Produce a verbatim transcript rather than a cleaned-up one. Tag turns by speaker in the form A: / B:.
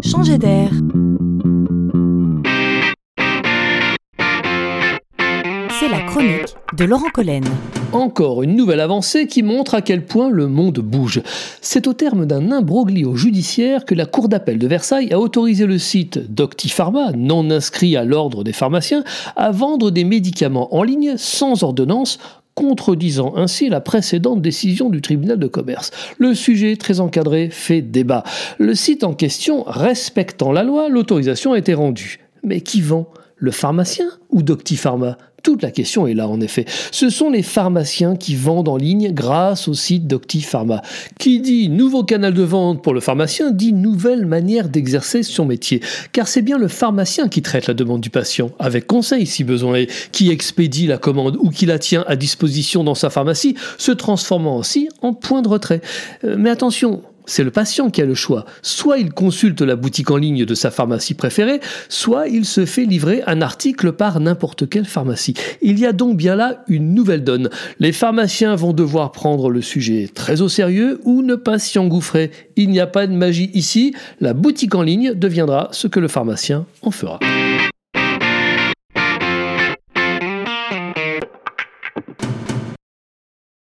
A: Changer d'air. C'est la chronique de Laurent Collen.
B: Encore une nouvelle avancée qui montre à quel point le monde bouge. C'est au terme d'un imbroglio judiciaire que la Cour d'appel de Versailles a autorisé le site Doctipharma, non inscrit à l'ordre des pharmaciens, à vendre des médicaments en ligne sans ordonnance, contredisant ainsi la précédente décision du tribunal de commerce. Le sujet, très encadré, fait débat. Le site en question, respectant la loi, l'autorisation a été rendue. Mais qui vend ? Le pharmacien ou Doctipharma ? Toute la question est là en effet. Ce sont les pharmaciens qui vendent en ligne grâce au site Doctipharma. Qui dit nouveau canal de vente pour le pharmacien dit nouvelle manière d'exercer son métier. Car c'est bien le pharmacien qui traite la demande du patient, avec conseil si besoin est, qui expédie la commande ou qui la tient à disposition dans sa pharmacie, se transformant ainsi en point de retrait. Euh, mais attention, c'est le patient qui a le choix. Soit il consulte la boutique en ligne de sa pharmacie préférée, soit il se fait livrer un article par n'importe quelle pharmacie. Il y a donc bien là une nouvelle donne. Les pharmaciens vont devoir prendre le sujet très au sérieux ou ne pas s'y engouffrer. Il n'y a pas de magie ici, la boutique en ligne deviendra ce que le pharmacien en fera.